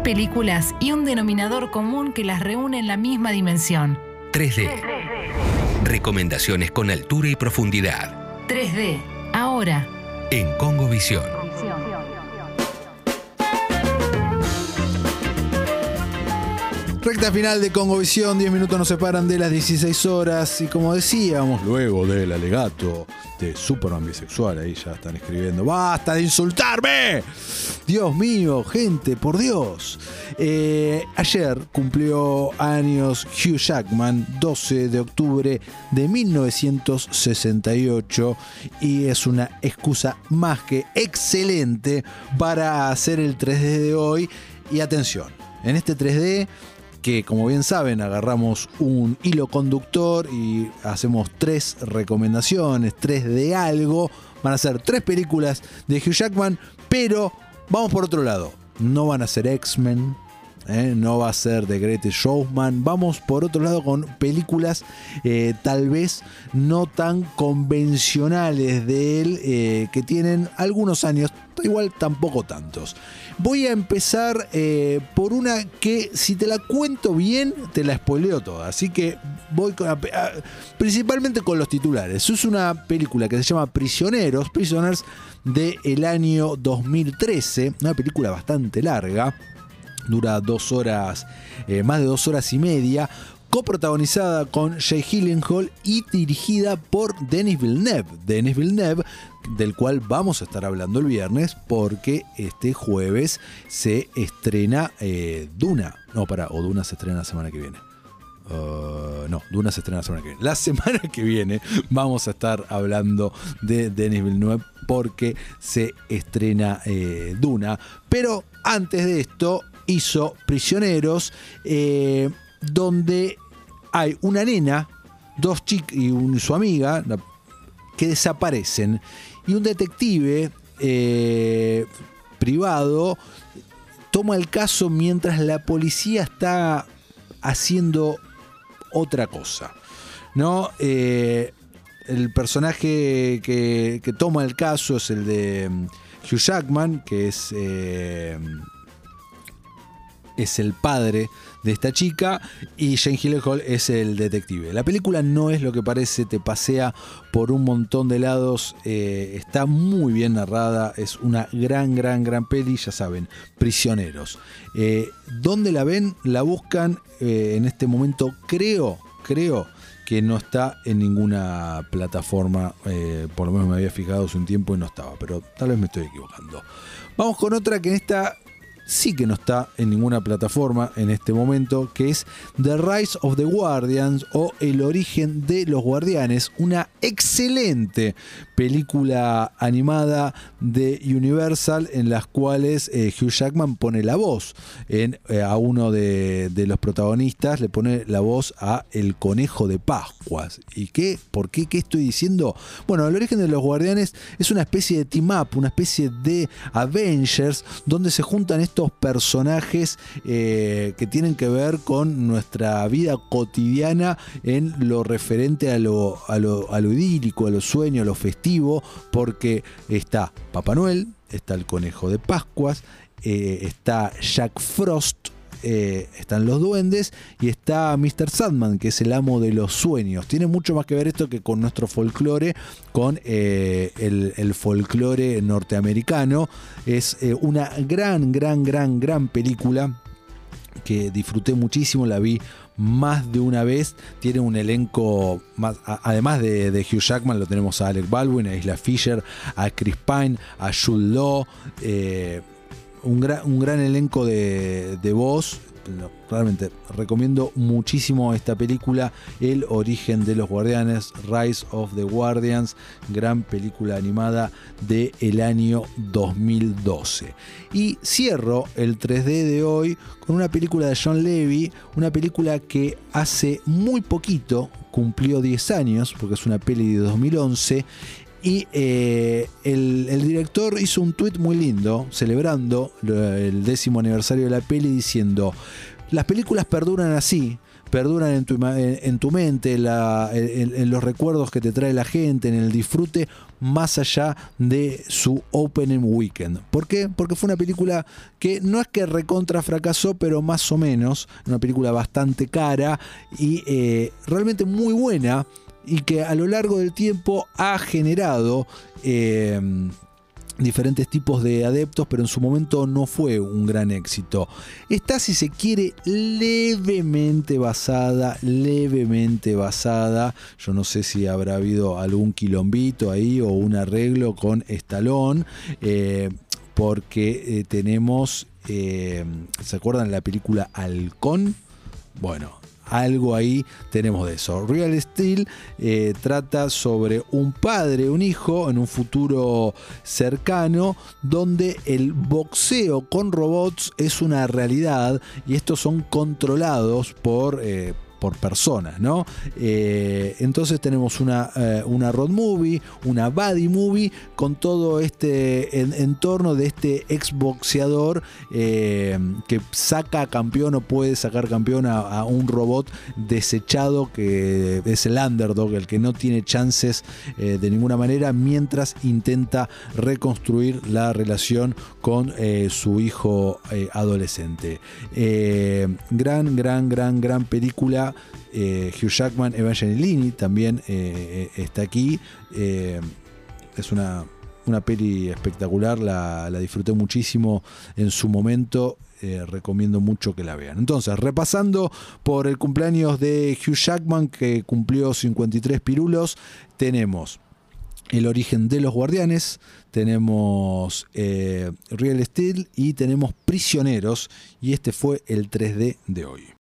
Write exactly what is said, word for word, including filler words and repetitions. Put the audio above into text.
películas y un denominador común que las reúne en la misma dimensión. tres D. Recomendaciones con altura y profundidad. tres D. Ahora. En Congovisión. Recta final de Congovisión, diez minutos nos separan de las dieciséis horas y como decíamos, luego del alegato de Superman bisexual, ahí ya están escribiendo, ¡basta de insultarme! Dios mío, gente, por Dios. Eh, ayer cumplió años Hugh Jackman, doce de octubre de mil novecientos sesenta y ocho, y es una excusa más que excelente para hacer el tres D de hoy. Y atención, en este tres D, que como bien saben agarramos un hilo conductor y hacemos tres recomendaciones, tres de algo, van a ser tres películas de Hugh Jackman, pero vamos por otro lado, no van a ser X-Men, ¿eh? No va a ser The Greatest Showman, vamos por otro lado con películas eh, tal vez no tan convencionales de él, eh, que tienen algunos años, igual tampoco tantos. Voy a empezar eh, por una que, si te la cuento bien, te la spoileo toda. Así que voy con, a, a, principalmente con los titulares. Es una película que se llama Prisioneros, Prisoners, del año dos mil trece. Una película bastante larga. Dura dos horas, eh, más de dos horas y media. Coprotagonizada con Jake Gyllenhaal y dirigida por Denis Villeneuve. Denis Villeneuve, del cual vamos a estar hablando el viernes, porque este jueves se estrena eh, Duna. No, pará, o Duna se estrena la semana que viene. Uh, no, Duna se estrena la semana que viene. La semana que viene vamos a estar hablando de Denis Villeneuve porque se estrena eh, Duna. Pero antes de esto hizo Prisioneros, eh, donde hay una nena, dos chicas y un, su amiga que desaparecen, y un detective eh, privado toma el caso mientras la policía está haciendo otra cosa, ¿no? Eh, el personaje que, que toma el caso es el de Hugh Jackman, que es eh, es el padre de esta chica, y Jake Gyllenhaal es el detective. La película no es lo que parece, te pasea por un montón de lados, eh, está muy bien narrada, es una gran, gran, gran peli, ya saben, Prisioneros. Eh, ¿Dónde la ven? La buscan eh, en este momento, creo, creo que no está en ninguna plataforma, eh, por lo menos me había fijado hace un tiempo y no estaba, pero tal vez me estoy equivocando. Vamos con otra que en esta sí que no está en ninguna plataforma en este momento, que es The Rise of the Guardians, o El origen de los guardianes, una excelente película animada de Universal en las cuales eh, Hugh Jackman pone la voz en, eh, a uno de, de los protagonistas, le pone la voz a el conejo de Pascuas. ¿Y qué? ¿Por qué? ¿Qué estoy diciendo? Bueno, El origen de los guardianes es una especie de team up, una especie de Avengers, donde se juntan estos estos personajes eh, que tienen que ver con nuestra vida cotidiana en lo referente a lo, a lo, a lo idílico, a lo sueño, a lo festivo, porque está Papá Noel, está el conejo de Pascuas, eh, está Jack Frost, Eh, están los duendes y está mister Sandman, que es el amo de los sueños. Tiene mucho más que ver esto que con nuestro folclore, con eh, el, el folclore norteamericano. Es eh, una gran, gran, gran, gran película que disfruté muchísimo, la vi más de una vez. Tiene un elenco más, a, además de, de Hugh Jackman, lo tenemos a Alec Baldwin, a Isla Fisher, a Chris Pine, a Jude Law, eh, Un gran, un gran elenco de, de voz. Realmente recomiendo muchísimo esta película, El origen de los guardianes, Rise of the Guardians, gran película animada del año dos mil doce. Y cierro el tres D de hoy con una película de John Levy, una película que hace muy poquito cumplió diez años, porque es una peli de dos mil once. Y eh, el, el director hizo un tuit muy lindo celebrando el décimo aniversario de la peli, diciendo: las películas perduran así, perduran en tu, en, en tu mente, la, en, en los recuerdos que te trae la gente, en el disfrute, más allá de su opening weekend. ¿Por qué? Porque fue una película que no es que recontra fracasó, pero más o menos, una película bastante cara y eh, realmente muy buena, y que a lo largo del tiempo ha generado eh, diferentes tipos de adeptos, pero en su momento no fue un gran éxito. Está, si se quiere, levemente basada, levemente basada. Yo no sé si habrá habido algún quilombito ahí o un arreglo con Stallone, eh, porque eh, tenemos, eh, ¿se acuerdan la película Halcón? Bueno, algo ahí tenemos de eso. Real Steel eh, trata sobre un padre, un hijo, en un futuro cercano, donde el boxeo con robots es una realidad y estos son controlados por... Eh, por personas, ¿no? Eh, entonces tenemos una, eh, una road movie, una buddy movie, con todo este en, entorno de este exboxeador eh, que saca campeón o puede sacar campeón a, a un robot desechado que es el underdog, el que no tiene chances eh, de ninguna manera, mientras intenta reconstruir la relación con eh, su hijo eh, adolescente. Eh, gran, gran, gran, gran película. Eh, Hugh Jackman, Evangeline Lilly también eh, está aquí. Eh, es una, una peli espectacular, la, la disfruté muchísimo en su momento. Eh, recomiendo mucho que la vean. Entonces, repasando por el cumpleaños de Hugh Jackman, que cumplió cincuenta y tres pirulos, tenemos El origen de los guardianes, tenemos eh, Real Steel y tenemos Prisioneros, y este fue el tres D de hoy.